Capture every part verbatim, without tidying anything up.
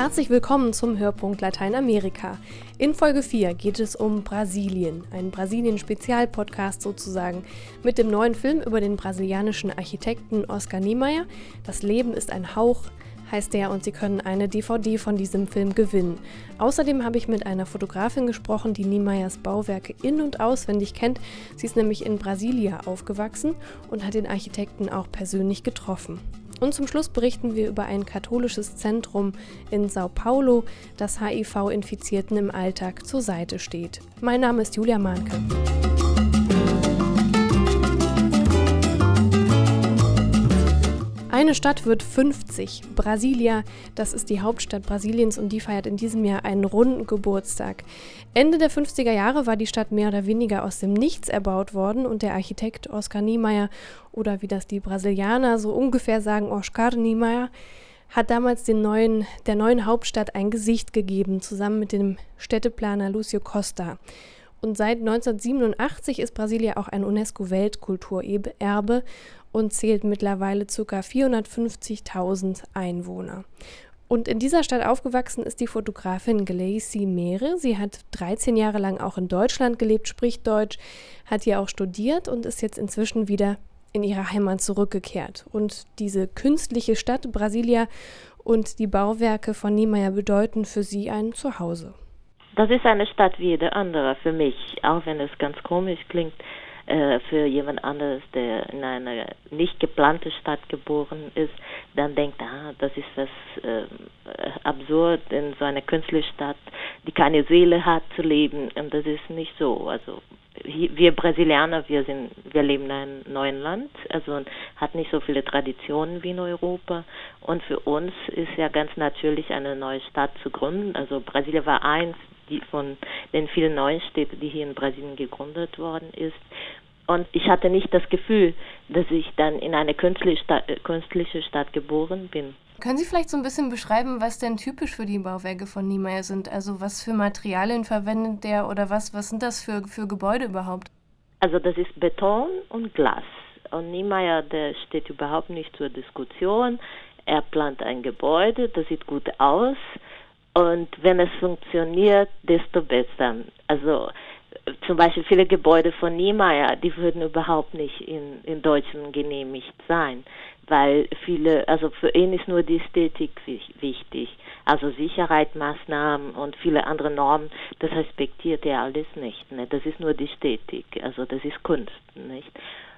Herzlich willkommen zum Hörpunkt Lateinamerika. In Folge vier geht es um Brasilien, ein Brasilien-Spezial-Podcast sozusagen, mit dem neuen Film über den brasilianischen Architekten Oscar Niemeyer. Das Leben ist ein Hauch, heißt der, und Sie können eine D V D von diesem Film gewinnen. Außerdem habe ich mit einer Fotografin gesprochen, die Niemeyers Bauwerke in- und auswendig kennt. Sie ist nämlich in Brasilia aufgewachsen und hat den Architekten auch persönlich getroffen. Und zum Schluss berichten wir über ein katholisches Zentrum in Sao Paulo, das H I V-Infizierten im Alltag zur Seite steht. Mein Name ist Julia Mahnke. Eine Stadt wird fünfzig. Brasilia, das ist die Hauptstadt Brasiliens und die feiert in diesem Jahr einen runden Geburtstag. Ende der fünfziger Jahre war die Stadt mehr oder weniger aus dem Nichts erbaut worden und der Architekt Oscar Niemeyer, oder wie das die Brasilianer so ungefähr sagen, Oscar Niemeyer, hat damals den neuen, der neuen Hauptstadt ein Gesicht gegeben, zusammen mit dem Städteplaner Lúcio Costa. Und seit neunzehnhundertsiebenundachtzig ist Brasilia auch ein UNESCO-Weltkulturerbe und zählt mittlerweile ca. vierhundertfünfzigtausend Einwohner. Und in dieser Stadt aufgewachsen ist die Fotografin Gleice Mere. Sie hat dreizehn Jahre lang auch in Deutschland gelebt, spricht Deutsch, hat hier auch studiert und ist jetzt inzwischen wieder in ihre Heimat zurückgekehrt. Und diese künstliche Stadt Brasilia und die Bauwerke von Niemeyer bedeuten für sie ein Zuhause. Das ist eine Stadt wie jede andere für mich, auch wenn es ganz komisch klingt, äh, für jemand anderes, der in einer nicht geplante Stadt geboren ist, dann denkt, ah, das ist was äh, absurd, in so einer künstlichen Stadt, die keine Seele hat, zu leben. Und das ist nicht so. Also wir Brasilianer, wir sind, wir leben in einem neuen Land, also hat nicht so viele Traditionen wie in Europa. Und für uns ist ja ganz natürlich eine neue Stadt zu gründen. Also Brasilien war eins die von den vielen neuen Städten, die hier in Brasilien gegründet worden ist. Und ich hatte nicht das Gefühl, dass ich dann in eine künstliche Stadt, künstliche Stadt geboren bin. Können Sie vielleicht so ein bisschen beschreiben, was denn typisch für die Bauwerke von Niemeyer sind? Also was für Materialien verwendet der oder was, was sind das für, für Gebäude überhaupt? Also das ist Beton und Glas. Und Niemeyer, der steht überhaupt nicht zur Diskussion. Er plant ein Gebäude, das sieht gut aus. Und wenn es funktioniert, desto besser. Also zum Beispiel viele Gebäude von Niemeyer, die würden überhaupt nicht in, in Deutschland genehmigt sein, weil viele, also für ihn ist nur die Ästhetik wichtig. Also Sicherheitsmaßnahmen und viele andere Normen, das respektiert er alles nicht. Ne? Das ist nur die Ästhetik, also das ist Kunst, nicht?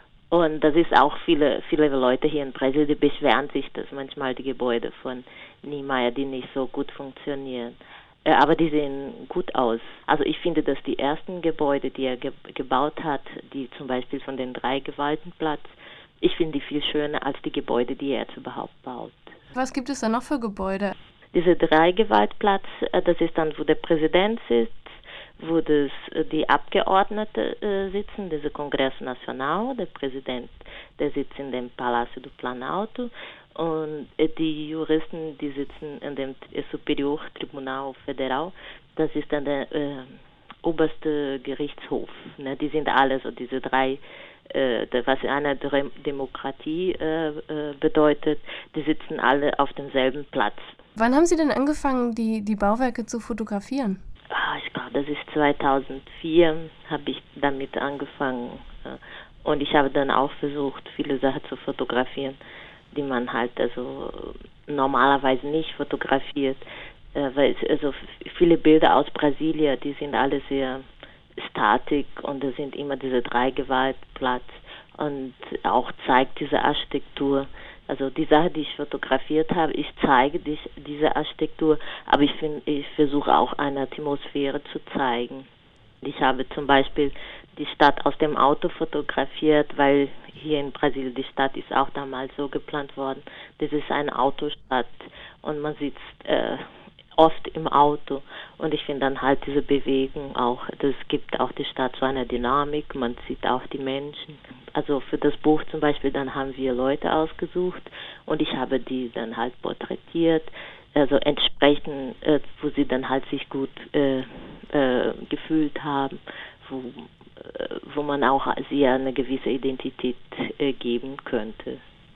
Und das ist auch viele, viele Leute hier in Brasilien, die beschweren sich, dass manchmal die Gebäude von Niemeyer, die nicht so gut funktionieren. Äh, aber die sehen gut aus. Also ich finde, dass die ersten Gebäude, die er ge- gebaut hat, die zum Beispiel von den Drei-Gewalten-Platz, ich finde die viel schöner als die Gebäude, die er jetzt überhaupt baut. Was gibt es da noch für Gebäude? Diese Drei-Gewaltplatz, äh, das ist dann, wo der Präsident sitzt, wo das, die Abgeordneten äh, sitzen, dieser Kongress Nacional, der Präsident, der sitzt in dem Palácio do Planalto und äh, die Juristen, die sitzen in dem Superior Tribunal Federal, das ist dann der äh, oberste Gerichtshof. Ne? Die sind alle so diese drei, äh, was eine Demokratie äh, äh, bedeutet, die sitzen alle auf demselben Platz. Wann haben Sie denn angefangen, die, die Bauwerke zu fotografieren? Ich glaube, das ist zweitausendvier, habe ich damit angefangen. Und ich habe dann auch versucht, viele Sachen zu fotografieren, die man halt also normalerweise nicht fotografiert. Weil es, also viele Bilder aus Brasilien, die sind alle sehr statik und da sind immer diese Drei-Gewalt-Platz und auch zeigt diese Architektur. Also die Sache, die ich fotografiert habe, ich zeige die, diese Architektur, aber ich, find, ich versuche auch eine Atmosphäre zu zeigen. Ich habe zum Beispiel die Stadt aus dem Auto fotografiert, weil hier in Brasilien die Stadt ist auch damals so geplant worden. Das ist eine Autostadt und man sitzt äh, oft im Auto und ich finde dann halt diese Bewegung auch, das gibt auch die Stadt so eine Dynamik, man sieht auch die Menschen. Also für das Buch zum Beispiel, dann haben wir Leute ausgesucht und ich habe die dann halt porträtiert, also entsprechend, äh, wo sie dann halt sich gut äh, äh, gefühlt haben, wo, äh, wo man auch sie eine gewisse Identität äh, geben könnte.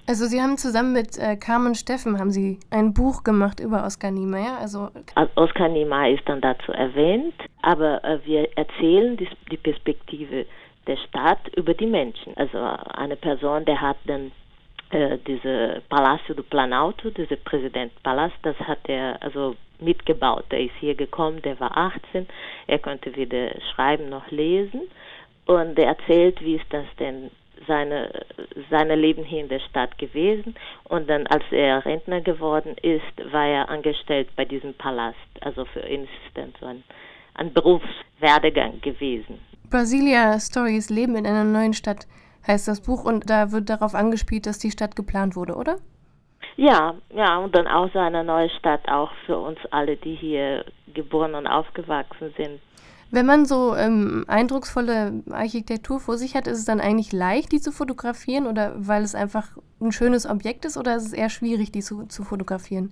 Also Sie haben zusammen mit äh, Carmen Steffen haben Sie ein Buch gemacht über Oskar Niemeyer. Also, also Oskar Niemeyer ist dann dazu erwähnt, aber äh, wir erzählen die, die Perspektive der Stadt über die Menschen. Also eine Person, der hat dann äh, diese Palácio do Planalto, diese Präsidentenpalast, das hat er also mitgebaut. Er ist hier gekommen, der war achtzehn, er konnte weder schreiben noch lesen und er erzählt, wie ist das denn seine, seine Leben hier in der Stadt gewesen. Und dann, als er Rentner geworden ist, war er angestellt bei diesem Palast. Also für ihn ist es dann so ein, ein Berufswerdegang gewesen. Brasilia Stories, Leben in einer neuen Stadt heißt das Buch und da wird darauf angespielt, dass die Stadt geplant wurde, oder? Ja, ja, und dann auch so eine neue Stadt, auch für uns alle, die hier geboren und aufgewachsen sind. Wenn man so ähm, eindrucksvolle Architektur vor sich hat, ist es dann eigentlich leicht, die zu fotografieren oder weil es einfach ein schönes Objekt ist oder ist es eher schwierig, die zu, zu fotografieren?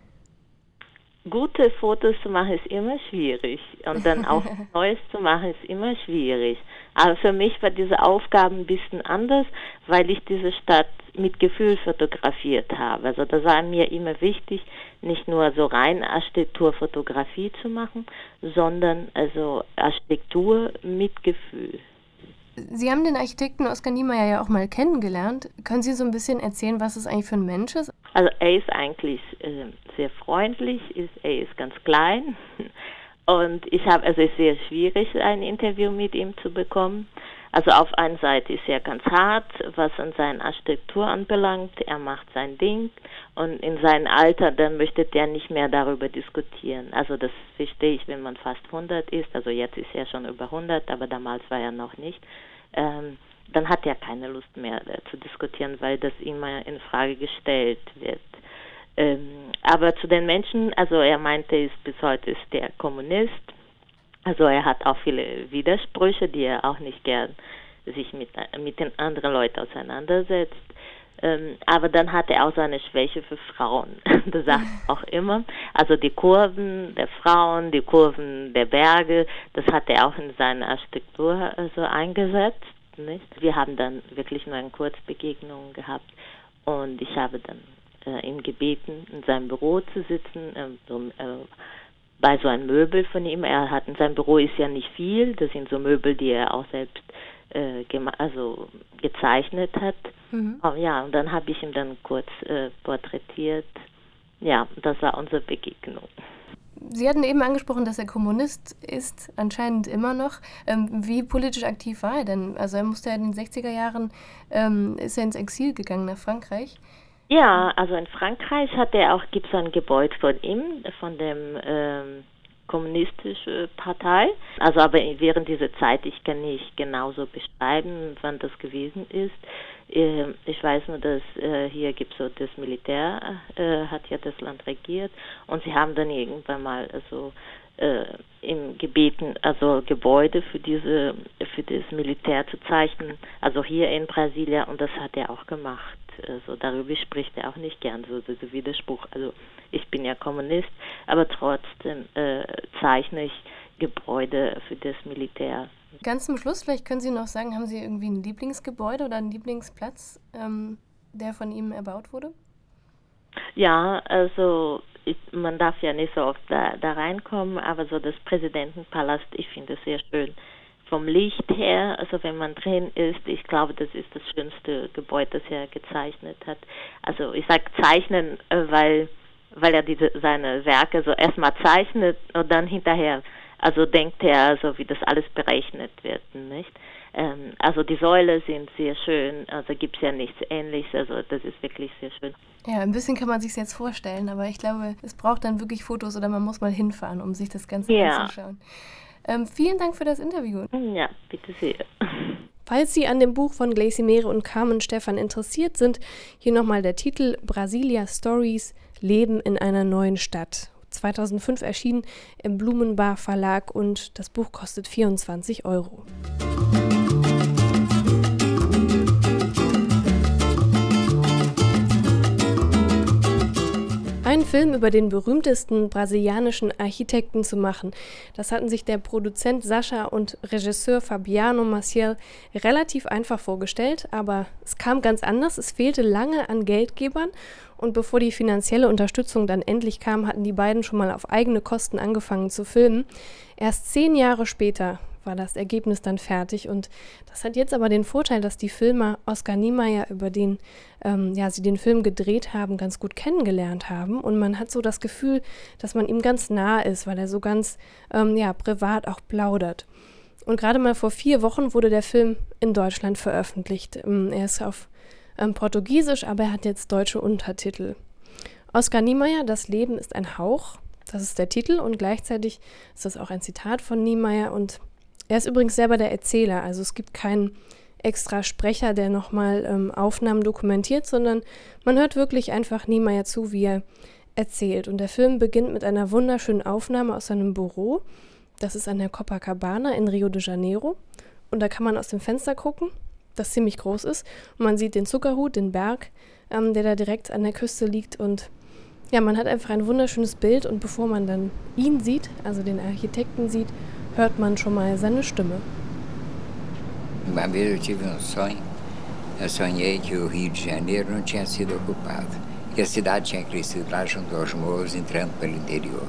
Gute Fotos zu machen ist immer schwierig und dann auch Neues zu machen ist immer schwierig. Aber für mich war diese Aufgabe ein bisschen anders, weil ich diese Stadt mit Gefühl fotografiert habe. Also das war mir immer wichtig, nicht nur so rein Architekturfotografie zu machen, sondern also Architektur mit Gefühl. Sie haben den Architekten Oskar Niemeyer ja auch mal kennengelernt. Können Sie so ein bisschen erzählen, was es eigentlich für ein Mensch ist? Also er ist eigentlich äh, sehr freundlich, ist, er ist ganz klein und ich habe, also es ist sehr schwierig, ein Interview mit ihm zu bekommen. Also auf einer Seite ist er ganz hart, was an seiner Architektur anbelangt, er macht sein Ding und in seinem Alter, dann möchte er nicht mehr darüber diskutieren. Also das verstehe ich, wenn man fast hundert ist, also jetzt ist er schon über hundert, aber damals war er noch nicht. Ähm, dann hat er keine Lust mehr äh, zu diskutieren, weil das immer in Frage gestellt wird. Ähm, aber zu den Menschen, also er meinte, ist, bis heute ist der Kommunist. Also er hat auch viele Widersprüche, die er auch nicht gern sich mit, mit den anderen Leuten auseinandersetzt. Ähm, aber dann hat er auch so eine Schwäche für Frauen. Das sagt er auch immer. Also die Kurven der Frauen, die Kurven der Berge, das hat er auch in seiner Architektur also eingesetzt. Nicht? Wir haben dann wirklich nur eine Kurzbegegnung gehabt und ich habe dann äh, ihn gebeten, in seinem Büro zu sitzen, äh, so, äh, bei so einem Möbel von ihm. Er hat in seinem Büro ist ja nicht viel, das sind so Möbel, die er auch selbst äh, gema- also gezeichnet hat. Mhm. Oh, ja, und dann habe ich ihn dann kurz äh, porträtiert. Ja, das war unsere Begegnung. Sie hatten eben angesprochen, dass er Kommunist ist, anscheinend immer noch. Ähm, wie politisch aktiv war er denn? Also er musste ja in den sechziger Jahren, ähm, ist er ins Exil gegangen nach Frankreich. Ja, also in Frankreich hat er auch, gibt es ein Gebäude von ihm, von dem ähm, kommunistischen Partei. Also aber während dieser Zeit, ich kann nicht genauso beschreiben, wann das gewesen ist. Äh, ich weiß nur, dass äh, hier gibt es so das Militär, äh, hat ja das Land regiert und sie haben dann irgendwann mal also äh, im gebeten, also Gebäude für diese, für das Militär zu zeichnen, also hier in Brasilia und das hat er auch gemacht. Also darüber spricht er auch nicht gern, so dieser Widerspruch. Also ich bin ja Kommunist, aber trotzdem äh, zeichne ich Gebäude für das Militär. Ganz zum Schluss, vielleicht können Sie noch sagen, haben Sie irgendwie ein Lieblingsgebäude oder einen Lieblingsplatz, ähm, der von ihm erbaut wurde? Ja, also ich, man darf ja nicht so oft da, da reinkommen, aber so das Präsidentenpalast, ich finde es sehr schön. Vom Licht her, also wenn man drin ist, ich glaube, das ist das schönste Gebäude, das er gezeichnet hat. Also ich sage zeichnen, weil weil er diese seine Werke so erstmal zeichnet und dann hinterher, also denkt er, also wie das alles berechnet wird, nicht? Ähm, also die Säule sind sehr schön, also gibt es ja nichts Ähnliches, also das ist wirklich sehr schön. Ja, ein bisschen kann man sich jetzt vorstellen, aber ich glaube, es braucht dann wirklich Fotos oder man muss mal hinfahren, um sich das Ganze ja. anzuschauen. Ähm, vielen Dank für das Interview. Ja, bitte sehr. Falls Sie an dem Buch von Gleice Mere und Carmen Steffen interessiert sind, hier nochmal der Titel Brasilia Stories, Leben in einer neuen Stadt. zweitausendfünf erschienen im Blumenbar Verlag und das Buch kostet vierundzwanzig Euro. Ein Film über den berühmtesten brasilianischen Architekten zu machen. Das hatten sich der Produzent Sascha und Regisseur Fabiano Maciel relativ einfach vorgestellt, aber es kam ganz anders. Es fehlte lange an Geldgebern und bevor die finanzielle Unterstützung dann endlich kam, hatten die beiden schon mal auf eigene Kosten angefangen zu filmen. Erst zehn Jahre später war das Ergebnis dann fertig und das hat jetzt aber den Vorteil, dass die Filmer Oscar Niemeyer, über den ähm, ja, sie den Film gedreht haben, ganz gut kennengelernt haben und man hat so das Gefühl, dass man ihm ganz nah ist, weil er so ganz ähm, ja, privat auch plaudert. Und gerade mal vor vier Wochen wurde der Film in Deutschland veröffentlicht. Ähm, er ist auf ähm, Portugiesisch, aber er hat jetzt deutsche Untertitel. Oscar Niemeyer, Das Leben ist ein Hauch, das ist der Titel und gleichzeitig ist das auch ein Zitat von Niemeyer und er ist übrigens selber der Erzähler, also es gibt keinen extra Sprecher, der nochmal ähm, Aufnahmen dokumentiert, sondern man hört wirklich einfach Niemeyer zu, wie er erzählt. Und der Film beginnt mit einer wunderschönen Aufnahme aus seinem Büro. Das ist an der Copacabana in Rio de Janeiro. Und da kann man aus dem Fenster gucken, das ziemlich groß ist. Und man sieht den Zuckerhut, den Berg, ähm, der da direkt an der Küste liegt. Und ja, man hat einfach ein wunderschönes Bild. Und bevor man dann ihn sieht, also den Architekten sieht, hört man schon mal seine Stimme. Uma vez eu tive um sonho. Eu sonhei que o Rio de Janeiro não tinha sido ocupado, que a cidade tinha crescido lá junto aos morros, entrando pelo interior.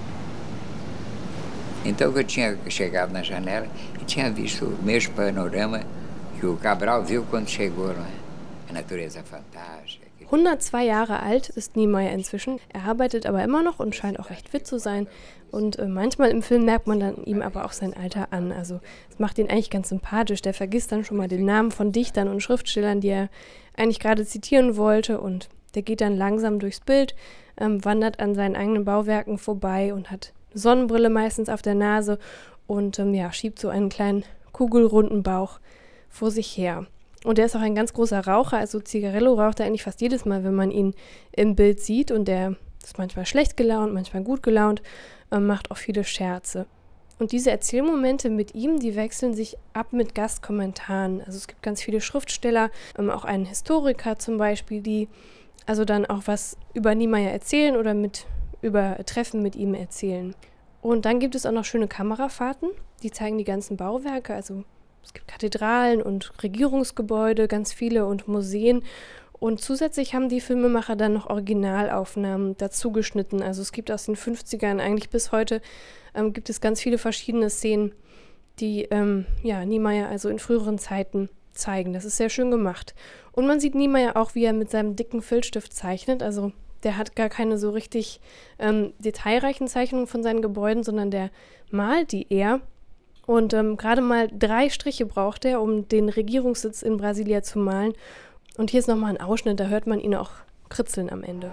Então eu tinha chegado na janela e tinha visto o mesmo panorama que o Cabral viu quando chegou, não é? A natureza fantástica. hundertzwei Jahre alt ist Niemeyer inzwischen. Er arbeitet aber immer noch und scheint auch recht fit zu sein. Und äh, manchmal im Film merkt man dann ihm aber auch sein Alter an. Also es macht ihn eigentlich ganz sympathisch. Der vergisst dann schon mal den Namen von Dichtern und Schriftstellern, die er eigentlich gerade zitieren wollte. Und der geht dann langsam durchs Bild, ähm, wandert an seinen eigenen Bauwerken vorbei und hat eine Sonnenbrille meistens auf der Nase und ähm, ja, schiebt so einen kleinen kugelrunden Bauch vor sich her. Und er ist auch ein ganz großer Raucher, also Zigarillo raucht er eigentlich fast jedes Mal, wenn man ihn im Bild sieht. Und der ist manchmal schlecht gelaunt, manchmal gut gelaunt, äh, macht auch viele Scherze. Und diese Erzählmomente mit ihm, die wechseln sich ab mit Gastkommentaren. Also es gibt ganz viele Schriftsteller, ähm, auch einen Historiker zum Beispiel, die also dann auch was über Niemeyer erzählen oder mit, über Treffen mit ihm erzählen. Und dann gibt es auch noch schöne Kamerafahrten, die zeigen die ganzen Bauwerke, also es gibt Kathedralen und Regierungsgebäude, ganz viele und Museen. Und zusätzlich haben die Filmemacher dann noch Originalaufnahmen dazu geschnitten. Also es gibt aus den fünfzigern eigentlich bis heute, ähm, gibt es ganz viele verschiedene Szenen, die ähm, ja, Niemeyer also in früheren Zeiten zeigen. Das ist sehr schön gemacht. Und man sieht Niemeyer auch, wie er mit seinem dicken Filzstift zeichnet. Also der hat gar keine so richtig ähm, detailreichen Zeichnungen von seinen Gebäuden, sondern der malt die eher. Und ähm, gerade mal drei Striche braucht er, um den Regierungssitz in Brasilia zu malen. Und hier ist nochmal ein Ausschnitt, da hört man ihn auch kritzeln am Ende.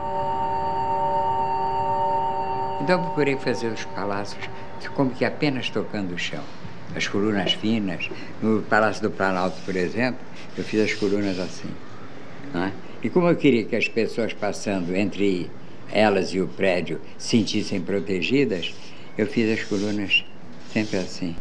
Então eu procurei fazer os palácios como que apenas tocando o chão. As colunas finas. No Palácio do Planalto, por exemplo, eu fiz as colunas assim. Não é? E como eu queria que as pessoas passando entre elas e o prédio se sentissem protegidas, eu fiz as colunas sempre assim.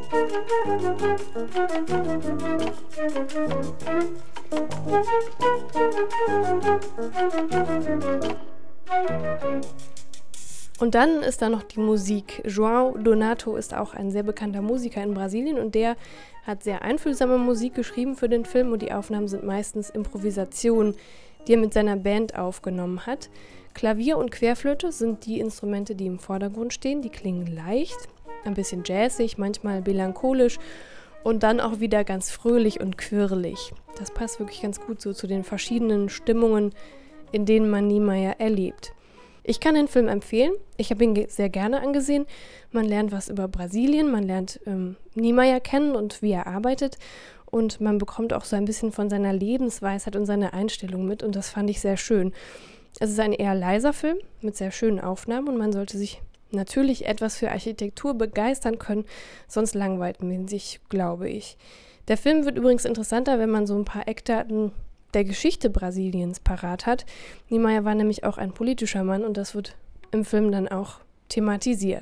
Und dann ist da noch die Musik. João Donato ist auch ein sehr bekannter Musiker in Brasilien und der hat sehr einfühlsame Musik geschrieben für den Film und die Aufnahmen sind meistens Improvisationen, die er mit seiner Band aufgenommen hat. Klavier und Querflöte sind die Instrumente, die im Vordergrund stehen. Die klingen leicht, ein bisschen jazzig, manchmal melancholisch und dann auch wieder ganz fröhlich und quirlig. Das passt wirklich ganz gut so zu den verschiedenen Stimmungen, in denen man Niemeyer erlebt. Ich kann den Film empfehlen. Ich habe ihn ge- sehr gerne angesehen. Man lernt was über Brasilien, man lernt ähm, Niemeyer kennen und wie er arbeitet und man bekommt auch so ein bisschen von seiner Lebensweisheit und seiner Einstellung mit und das fand ich sehr schön. Es ist ein eher leiser Film mit sehr schönen Aufnahmen und man sollte sich natürlich etwas für Architektur begeistern können, sonst langweilt man sich, glaube ich. Der Film wird übrigens interessanter, wenn man so ein paar Eckdaten der Geschichte Brasiliens parat hat. Niemeyer war nämlich auch ein politischer Mann und das wird im Film dann auch thematisiert.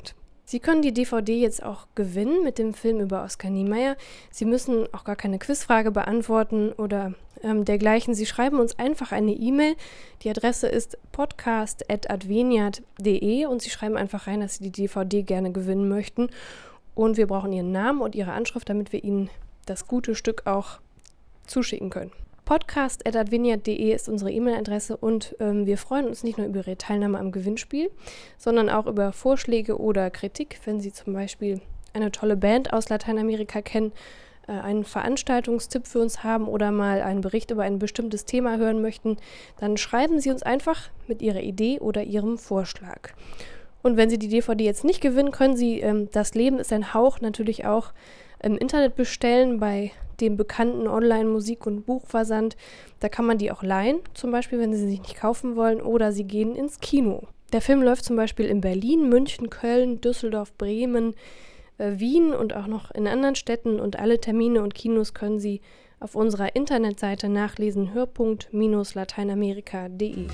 Sie können die D V D jetzt auch gewinnen mit dem Film über Oskar Niemeyer. Sie müssen auch gar keine Quizfrage beantworten oder ähm, dergleichen. Sie schreiben uns einfach eine E-Mail. Die Adresse ist podcast at adveniat punkt de und Sie schreiben einfach rein, dass Sie die D V D gerne gewinnen möchten. Und wir brauchen Ihren Namen und Ihre Anschrift, damit wir Ihnen das gute Stück auch zuschicken können. podcast at adveniat punkt de ist unsere E-Mail-Adresse und ähm, wir freuen uns nicht nur über Ihre Teilnahme am Gewinnspiel, sondern auch über Vorschläge oder Kritik, wenn Sie zum Beispiel eine tolle Band aus Lateinamerika kennen, äh, einen Veranstaltungstipp für uns haben oder mal einen Bericht über ein bestimmtes Thema hören möchten, dann schreiben Sie uns einfach mit Ihrer Idee oder Ihrem Vorschlag. Und wenn Sie die D V D jetzt nicht gewinnen, können Sie ähm, Das Leben ist ein Hauch natürlich auch im Internet bestellen bei dem bekannten Online-Musik- und Buchversand. Da kann man die auch leihen, zum Beispiel, wenn Sie sie nicht kaufen wollen, oder Sie gehen ins Kino. Der Film läuft zum Beispiel in Berlin, München, Köln, Düsseldorf, Bremen, äh, Wien und auch noch in anderen Städten. Und alle Termine und Kinos können Sie auf unserer Internetseite nachlesen, hörpunkt lateinamerika punkt de.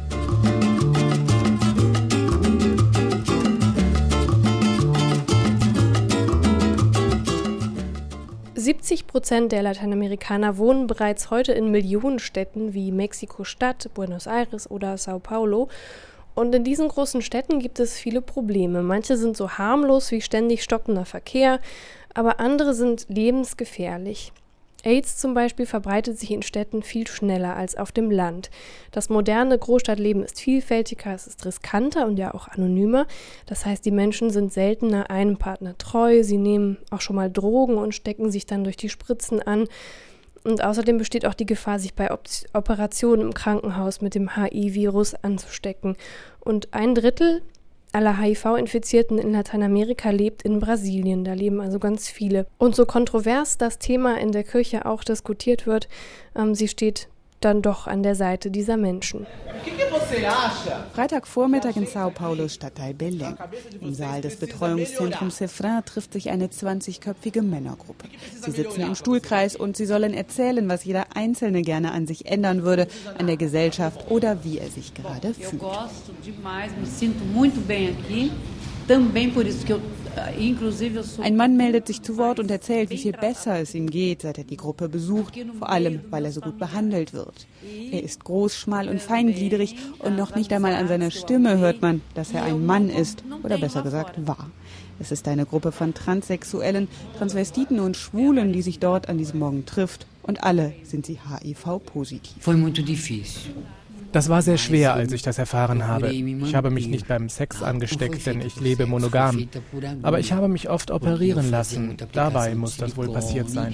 siebzig Prozent der Lateinamerikaner wohnen bereits heute in Millionenstädten wie Mexiko-Stadt, Buenos Aires oder Sao Paulo. Und in diesen großen Städten gibt es viele Probleme. Manche sind so harmlos wie ständig stockender Verkehr, aber andere sind lebensgefährlich. AIDS zum Beispiel verbreitet sich in Städten viel schneller als auf dem Land. Das moderne Großstadtleben ist vielfältiger, es ist riskanter und ja auch anonymer. Das heißt, die Menschen sind seltener einem Partner treu, sie nehmen auch schon mal Drogen und stecken sich dann durch die Spritzen an. Und außerdem besteht auch die Gefahr, sich bei Op- Operationen im Krankenhaus mit dem H I-Virus anzustecken. Und ein Drittel aller H I V-Infizierten in Lateinamerika lebt in Brasilien. Da leben also ganz viele. Und so kontrovers das Thema in der Kirche auch diskutiert wird, ähm, sie steht dann doch an der Seite dieser Menschen. Freitagvormittag in Sao Paulos Stadtteil Belém. Im Saal des Betreuungszentrums Cefrin trifft sich eine zwanzigköpfige Männergruppe. Sie sitzen im Stuhlkreis und sie sollen erzählen, was jeder Einzelne gerne an sich ändern würde, an der Gesellschaft oder wie er sich gerade fühlt. Ein Mann meldet sich zu Wort und erzählt, wie viel besser es ihm geht, seit er die Gruppe besucht, vor allem, weil er so gut behandelt wird. Er ist groß, schmal und feingliedrig und noch nicht einmal an seiner Stimme hört man, dass er ein Mann ist, oder besser gesagt war. Es ist eine Gruppe von Transsexuellen, Transvestiten und Schwulen, die sich dort an diesem Morgen trifft und alle sind sie H I V-positiv. Das war sehr schwer, als ich das erfahren habe. Ich habe mich nicht beim Sex angesteckt, denn ich lebe monogam. Aber ich habe mich oft operieren lassen. Dabei muss das wohl passiert sein.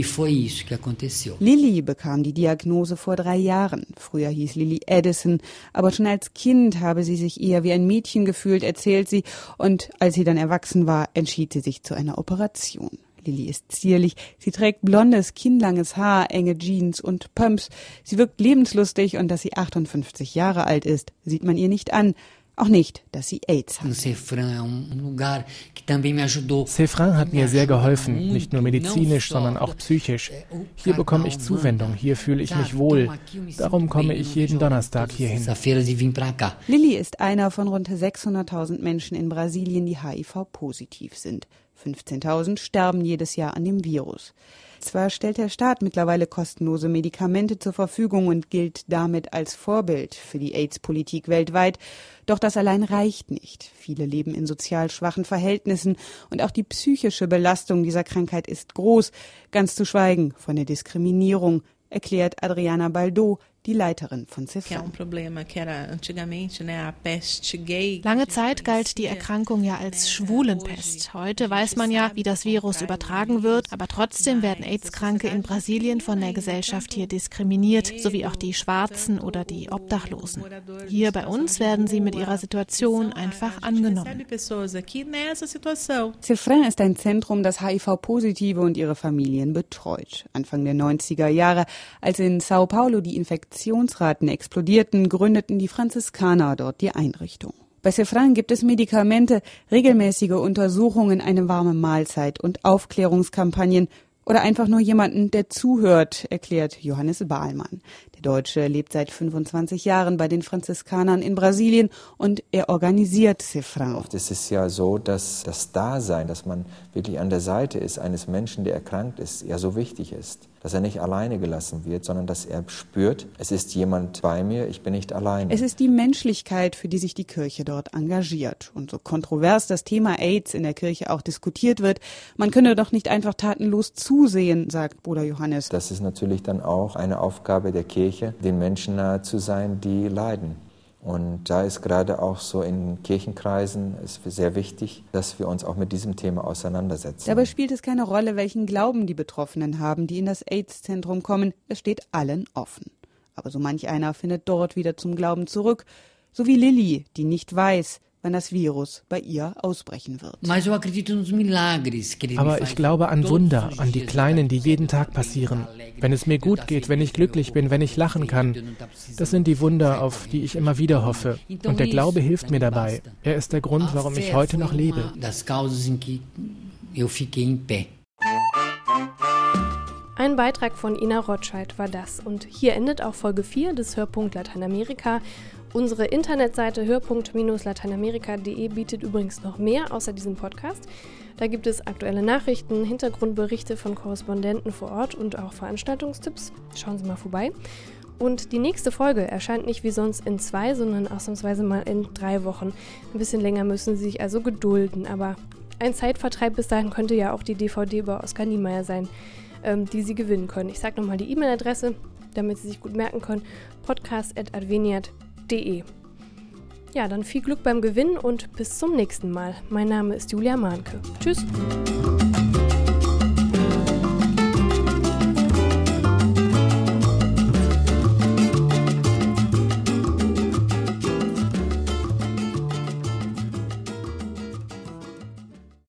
Lily bekam die Diagnose vor drei Jahren. Früher hieß Lily Edison, aber schon als Kind habe sie sich eher wie ein Mädchen gefühlt, erzählt sie. Und als sie dann erwachsen war, entschied sie sich zu einer Operation. Lily ist zierlich, sie trägt blondes, kinnlanges Haar, enge Jeans und Pumps. Sie wirkt lebenslustig und dass sie achtundfünfzig Jahre alt ist, sieht man ihr nicht an. Auch nicht, dass sie AIDS hat. Cefrin hat mir sehr geholfen, nicht nur medizinisch, sondern auch psychisch. Hier bekomme ich Zuwendung, hier fühle ich mich wohl. Darum komme ich jeden Donnerstag hierhin. Lily ist einer von rund sechshunderttausend Menschen in Brasilien, die H I V-positiv sind. fünfzehntausend sterben jedes Jahr an dem Virus. Zwar stellt der Staat mittlerweile kostenlose Medikamente zur Verfügung und gilt damit als Vorbild für die AIDS-Politik weltweit, doch das allein reicht nicht. Viele leben in sozial schwachen Verhältnissen und auch die psychische Belastung dieser Krankheit ist groß, ganz zu schweigen von der Diskriminierung, erklärt Adriana Baldo, die Leiterin von Cefrin. Lange Zeit galt die Erkrankung ja als Schwulenpest. Heute weiß man ja, wie das Virus übertragen wird, aber trotzdem werden AIDS-Kranke in Brasilien von der Gesellschaft hier diskriminiert, sowie auch die Schwarzen oder die Obdachlosen. Hier bei uns werden sie mit ihrer Situation einfach angenommen. Cefrin ist ein Zentrum, das H I V-Positive und ihre Familien betreut. Anfang der neunziger Jahre, als in Sao Paulo die Infektion Infektionsraten explodierten, gründeten die Franziskaner dort die Einrichtung. Bei Cefrin gibt es Medikamente, regelmäßige Untersuchungen, eine warme Mahlzeit und Aufklärungskampagnen. Oder einfach nur jemanden, der zuhört, erklärt Johannes Bahlmann. Der Deutsche lebt seit fünfundzwanzig Jahren bei den Franziskanern in Brasilien und er organisiert Cefram. Oft ist es ja so, dass das Dasein, dass man wirklich an der Seite ist eines Menschen, der erkrankt ist, ja so wichtig ist. Dass er nicht alleine gelassen wird, sondern dass er spürt, es ist jemand bei mir, ich bin nicht alleine. Es ist die Menschlichkeit, für die sich die Kirche dort engagiert. Und so kontrovers das Thema AIDS in der Kirche auch diskutiert wird, man könne doch nicht einfach tatenlos zusehen, sagt Bruder Johannes. Das ist natürlich dann auch eine Aufgabe der Kirche, den Menschen nahe zu sein, die leiden. Und da ist gerade auch so in Kirchenkreisen ist sehr wichtig, dass wir uns auch mit diesem Thema auseinandersetzen. Dabei spielt es keine Rolle, welchen Glauben die Betroffenen haben, die in das AIDS-Zentrum kommen. Es steht allen offen. Aber so manch einer findet dort wieder zum Glauben zurück. So wie Lilly, die nicht weiß, wann das Virus bei ihr ausbrechen wird. Aber ich glaube an Wunder, an die kleinen, die jeden Tag passieren. Wenn es mir gut geht, wenn ich glücklich bin, wenn ich lachen kann. Das sind die Wunder, auf die ich immer wieder hoffe. Und der Glaube hilft mir dabei. Er ist der Grund, warum ich heute noch lebe. Ein Beitrag von Ina Rotscheid war das. Und hier endet auch Folge vier des Hörpunkt Lateinamerika. Unsere Internetseite hörpunkt lateinamerika punkt de bietet übrigens noch mehr außer diesem Podcast. Da gibt es aktuelle Nachrichten, Hintergrundberichte von Korrespondenten vor Ort und auch Veranstaltungstipps. Schauen Sie mal vorbei. Und die nächste Folge erscheint nicht wie sonst in zwei, sondern ausnahmsweise mal in drei Wochen. Ein bisschen länger müssen Sie sich also gedulden, aber ein Zeitvertreib bis dahin könnte ja auch die D V D über Oskar Niemeyer sein, ähm, die Sie gewinnen können. Ich sage nochmal die E-Mail-Adresse, damit Sie sich gut merken können, podcast at adveniat punkt de. Ja, dann viel Glück beim Gewinnen und bis zum nächsten Mal. Mein Name ist Julia Mahnke. Tschüss!